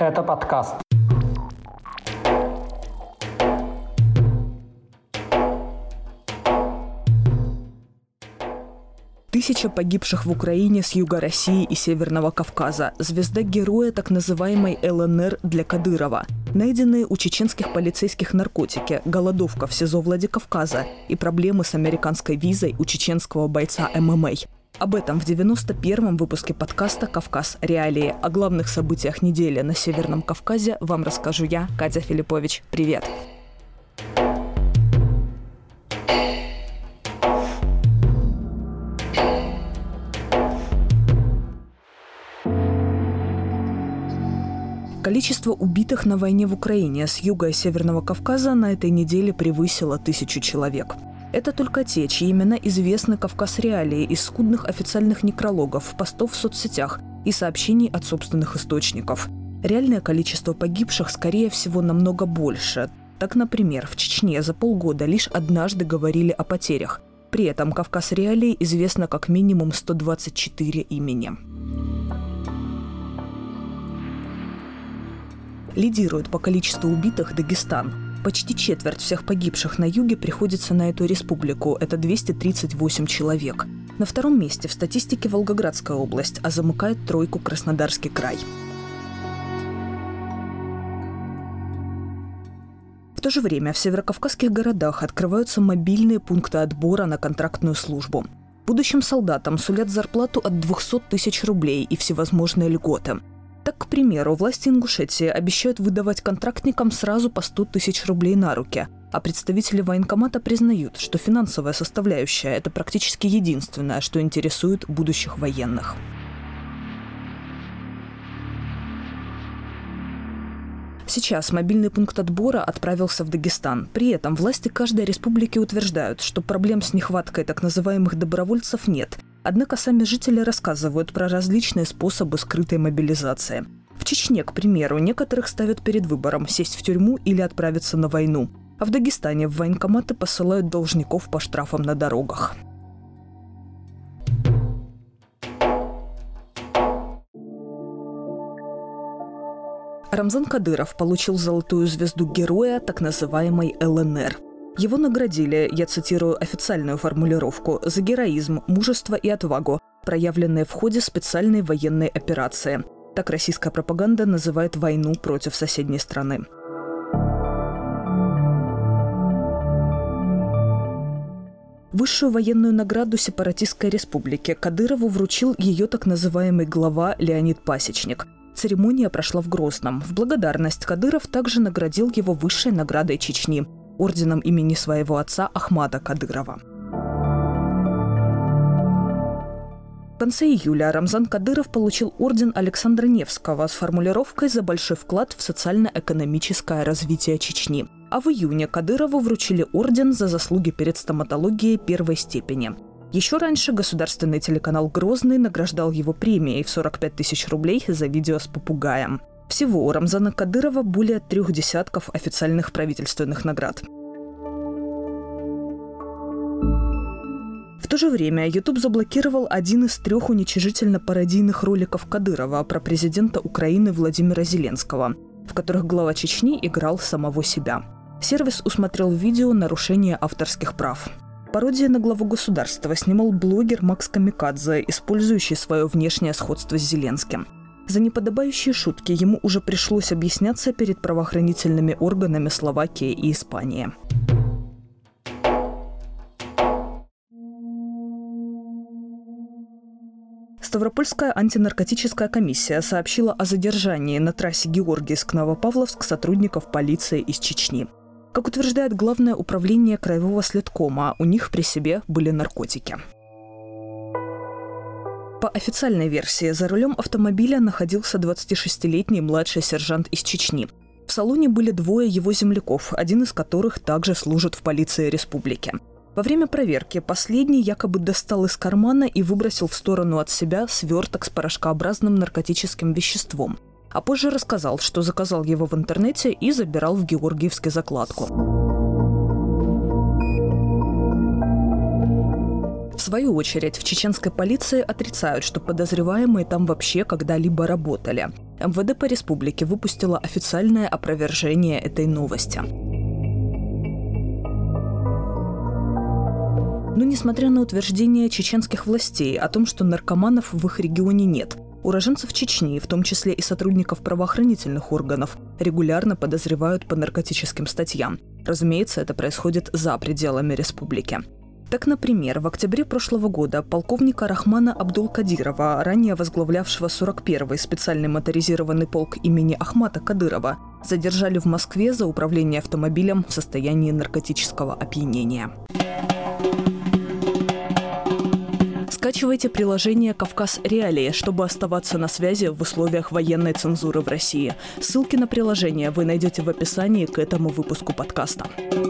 Это подкаст. Тысяча погибших в Украине с юга России и Северного Кавказа. Звезда-героя так называемой ЛНР для Кадырова. Найденные у чеченских полицейских наркотики, голодовка в СИЗО Владикавказа и проблемы с американской визой у чеченского бойца ММА. Об этом в 91-м выпуске подкаста «Кавказ. Реалии». О главных событиях недели на Северном Кавказе вам расскажу я, Катя Филиппович. Привет! Количество убитых на войне в Украине с юга и Северного Кавказа на этой неделе превысило 1000 человек. Это только те, чьи имена известны «Кавказ. Реалии» из скудных официальных некрологов, постов в соцсетях и сообщений от собственных источников. Реальное количество погибших, скорее всего, намного больше. Так, например, в Чечне за полгода лишь однажды говорили о потерях. При этом «Кавказ. Реалии» известно как минимум 124 имени. Лидирует по количеству убитых Дагестан. Почти четверть всех погибших на юге приходится на эту республику. Это 238 человек. На втором месте в статистике Волгоградская область, а замыкает тройку Краснодарский край. В то же время в северокавказских городах открываются мобильные пункты отбора на контрактную службу. Будущим солдатам сулят зарплату от 200 тысяч рублей и всевозможные льготы. Так, к примеру, власти Ингушетии обещают выдавать контрактникам сразу по 100 тысяч рублей на руки, а представители военкомата признают, что финансовая составляющая – это практически единственное, что интересует будущих военных. Сейчас мобильный пункт отбора отправился в Дагестан. При этом власти каждой республики утверждают, что проблем с нехваткой так называемых добровольцев нет. Однако сами жители рассказывают про различные способы скрытой мобилизации. В Чечне, к примеру, некоторых ставят перед выбором – сесть в тюрьму или отправиться на войну. А в Дагестане в военкоматы посылают должников по штрафам на дорогах. Рамзан Кадыров получил золотую звезду героя так называемой ЛНР. Его наградили, я цитирую официальную формулировку, за героизм, мужество и отвагу, проявленные в ходе специальной военной операции. Так российская пропаганда называет войну против соседней страны. Высшую военную награду сепаратистской республики Кадырову вручил ее так называемый глава Леонид Пасечник. Церемония прошла в Грозном. В благодарность Кадыров также наградил его высшей наградой Чечни – орденом имени своего отца Ахмада Кадырова. В конце июля Рамзан Кадыров получил орден Александра Невского с формулировкой «За большой вклад в социально-экономическое развитие Чечни». А в июне Кадырову вручили орден за заслуги перед стоматологией первой степени. Еще раньше государственный телеканал «Грозный» награждал его премией в 45 тысяч рублей за видео с попугаем. Всего у Рамзана Кадырова более 3 десятков официальных правительственных наград. В то же время YouTube заблокировал один из 3 уничижительно-пародийных роликов Кадырова про президента Украины Владимира Зеленского, в которых глава Чечни играл самого себя. Сервис усмотрел в видео нарушение авторских прав. Пародия на главу государства снимал блогер Макс Камикадзе, использующий свое внешнее сходство с Зеленским. За неподобающие шутки ему уже пришлось объясняться перед правоохранительными органами Словакии и Испании. Ставропольская антинаркотическая комиссия сообщила о задержании на трассе Георгиевск-Новопавловск сотрудников полиции из Чечни. Как утверждает Главное управление Краевого следкома, у них при себе были наркотики. По официальной версии, за рулем автомобиля находился 26-летний младший сержант из Чечни. В салоне были 2 его земляков, один из которых также служит в полиции республики. Во время проверки последний якобы достал из кармана и выбросил в сторону от себя сверток с порошкообразным наркотическим веществом, а позже рассказал, что заказал его в интернете и забирал в Георгиевске закладку. В свою очередь, в чеченской полиции отрицают, что подозреваемые там вообще когда-либо работали. МВД по республике выпустило официальное опровержение этой новости. Но несмотря на утверждения чеченских властей о том, что наркоманов в их регионе нет, уроженцев Чечни, в том числе и сотрудников правоохранительных органов, регулярно подозревают по наркотическим статьям. Разумеется, это происходит за пределами республики. Так, например, в октябре прошлого года полковника Рахмана Абдул-Кадирова, ранее возглавлявшего 41-й специальный моторизированный полк имени Ахмата Кадырова, задержали в Москве за управление автомобилем в состоянии наркотического опьянения. Скачивайте приложение «Кавказ Реалии», чтобы оставаться на связи в условиях военной цензуры в России. Ссылки на приложение вы найдете в описании к этому выпуску подкаста.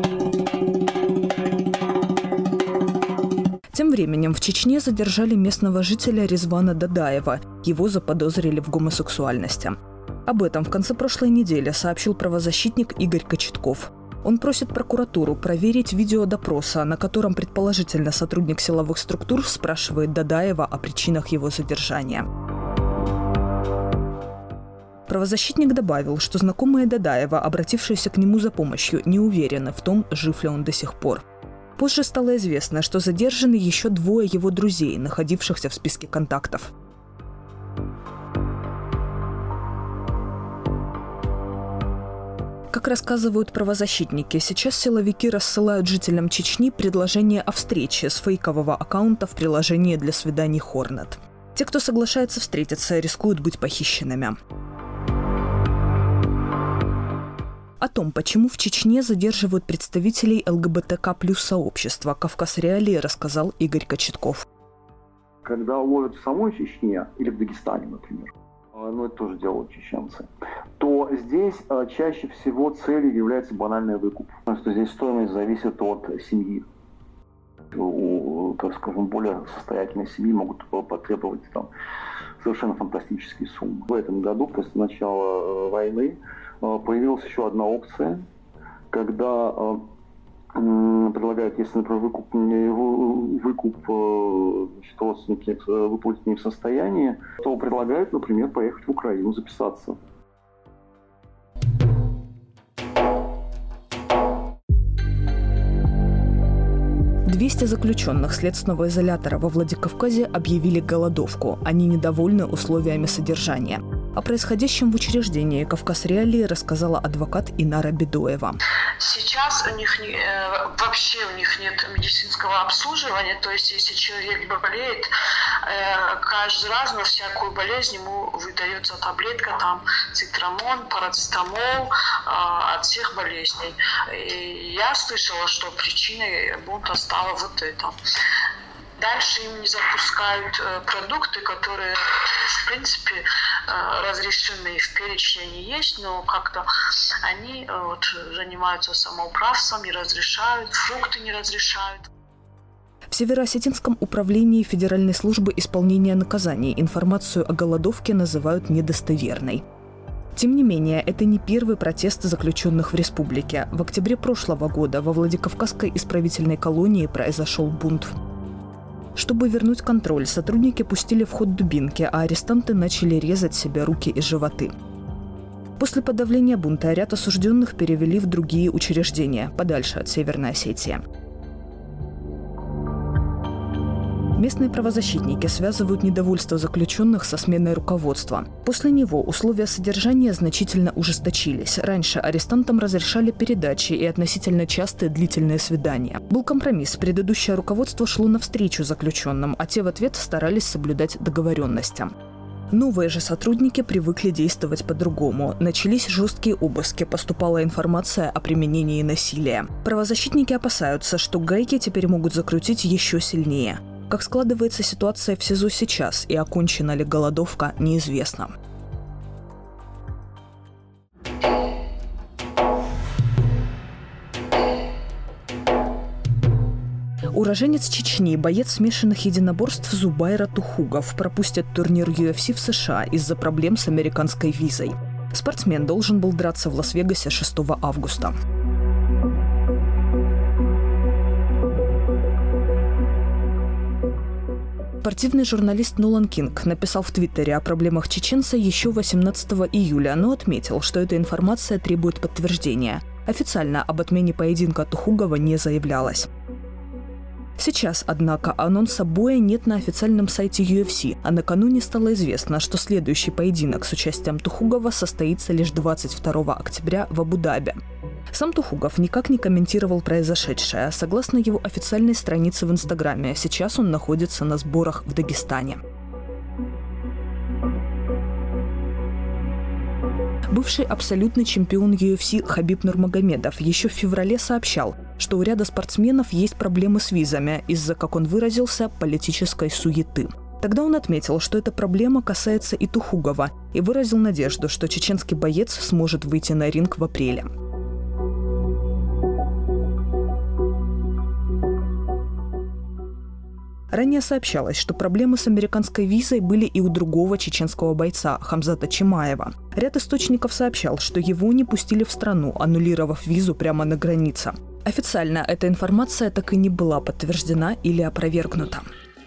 Тем временем в Чечне задержали местного жителя Резвана Дадаева. Его заподозрили в гомосексуальности. Об этом в конце прошлой недели сообщил правозащитник Игорь Кочетков. Он просит прокуратуру проверить видео допроса, на котором предположительно сотрудник силовых структур спрашивает Дадаева о причинах его задержания. Правозащитник добавил, что знакомые Дадаева, обратившиеся к нему за помощью, не уверены в том, жив ли он до сих пор. Позже стало известно, что задержаны еще 2 его друзей, находившихся в списке контактов. Как рассказывают правозащитники, сейчас силовики рассылают жителям Чечни предложение о встрече с фейкового аккаунта в приложении для свиданий Hornet. Те, кто соглашается встретиться, рискуют быть похищенными. О том, почему в Чечне задерживают представителей ЛГБТК+ сообщества, «Кавказ Реалии» рассказал Игорь Кочетков. Когда ловят в самой Чечне или в Дагестане, например, это тоже делают чеченцы, то здесь чаще всего целью является банальный выкуп. Потому что здесь стоимость зависит от семьи. У, так скажем, более состоятельной семьи могут потребовать совершенно фантастические суммы. В этом году, после начала войны, появилась еще одна опция, когда предлагают, если, например, выкуп родственники выплатить не в состоянии, то предлагают, например, поехать в Украину, записаться. «200 заключенных следственного изолятора во Владикавказе объявили голодовку. Они недовольны условиями содержания. О происходящем в учреждении «Кавказ Реалии» рассказала адвокат Инара Бедоева. Сейчас у них нет медицинского обслуживания, то есть если человек болеет, каждый раз на всякую болезнь ему выдается таблетка, цитрамон, парацетамол от всех болезней. И я слышала, что причиной бунта стало вот это. Дальше им не запускают продукты, которые, в принципе, разрешены в перечне они есть, но как-то они занимаются самоуправством, не разрешают, фрукты не разрешают. В Северо-Осетинском управлении Федеральной службы исполнения наказаний информацию о голодовке называют недостоверной. Тем не менее, это не первый протест заключенных в республике. В октябре прошлого года во Владикавказской исправительной колонии произошел бунт. Чтобы вернуть контроль, сотрудники пустили в ход дубинки, а арестанты начали резать себе руки и животы. После подавления бунта ряд осужденных перевели в другие учреждения, подальше от Северной Осетии. Местные правозащитники связывают недовольство заключенных со сменой руководства. После него условия содержания значительно ужесточились. Раньше арестантам разрешали передачи и относительно частые длительные свидания. Был компромисс. Предыдущее руководство шло навстречу заключенным, а те в ответ старались соблюдать договоренности. Новые же сотрудники привыкли действовать по-другому. Начались жесткие обыски, поступала информация о применении насилия. Правозащитники опасаются, что гайки теперь могут закрутить еще сильнее. Как складывается ситуация в СИЗО сейчас и окончена ли голодовка, неизвестно. Уроженец Чечни, боец смешанных единоборств Зубайра Тухугов пропустит турнир UFC в США из-за проблем с американской визой. Спортсмен должен был драться в Лас-Вегасе 6 августа. Спортивный журналист Нолан Кинг написал в Твиттере о проблемах чеченца еще 18 июля, но отметил, что эта информация требует подтверждения. Официально об отмене поединка Тухугова не заявлялось. Сейчас, однако, анонса боя нет на официальном сайте UFC, а накануне стало известно, что следующий поединок с участием Тухугова состоится лишь 22 октября в Абу-Даби. Сам Тухугов никак не комментировал произошедшее. Согласно его официальной странице в Инстаграме, сейчас он находится на сборах в Дагестане. Бывший абсолютный чемпион UFC Хабиб Нурмагомедов еще в феврале сообщал, что у ряда спортсменов есть проблемы с визами из-за, как он выразился, политической суеты. Тогда он отметил, что эта проблема касается и Тухугова, и выразил надежду, что чеченский боец сможет выйти на ринг в апреле. Ранее сообщалось, что проблемы с американской визой были и у другого чеченского бойца Хамзата Чимаева. Ряд источников сообщал, что его не пустили в страну, аннулировав визу прямо на границе. Официально эта информация так и не была подтверждена или опровергнута.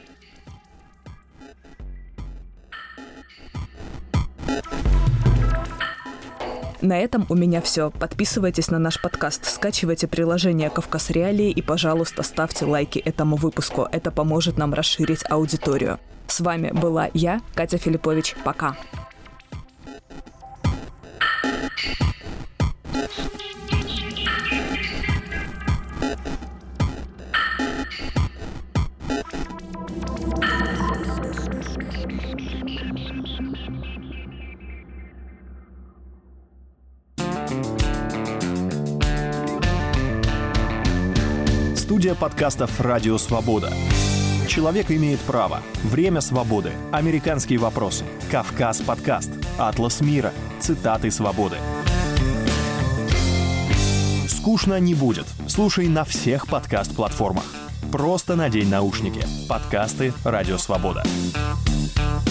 На этом у меня все. Подписывайтесь на наш подкаст, скачивайте приложение «Кавказ Реалии» и, пожалуйста, ставьте лайки этому выпуску. Это поможет нам расширить аудиторию. С вами была я, Катя Филиппович. Пока. Студия подкастов «Радио Свобода». Человек имеет право. Время свободы. Американские вопросы. Кавказ подкаст. Атлас мира. Цитаты свободы. Скучно не будет. Слушай на всех подкаст-платформах. Просто надень наушники. Подкасты «Радио Свобода».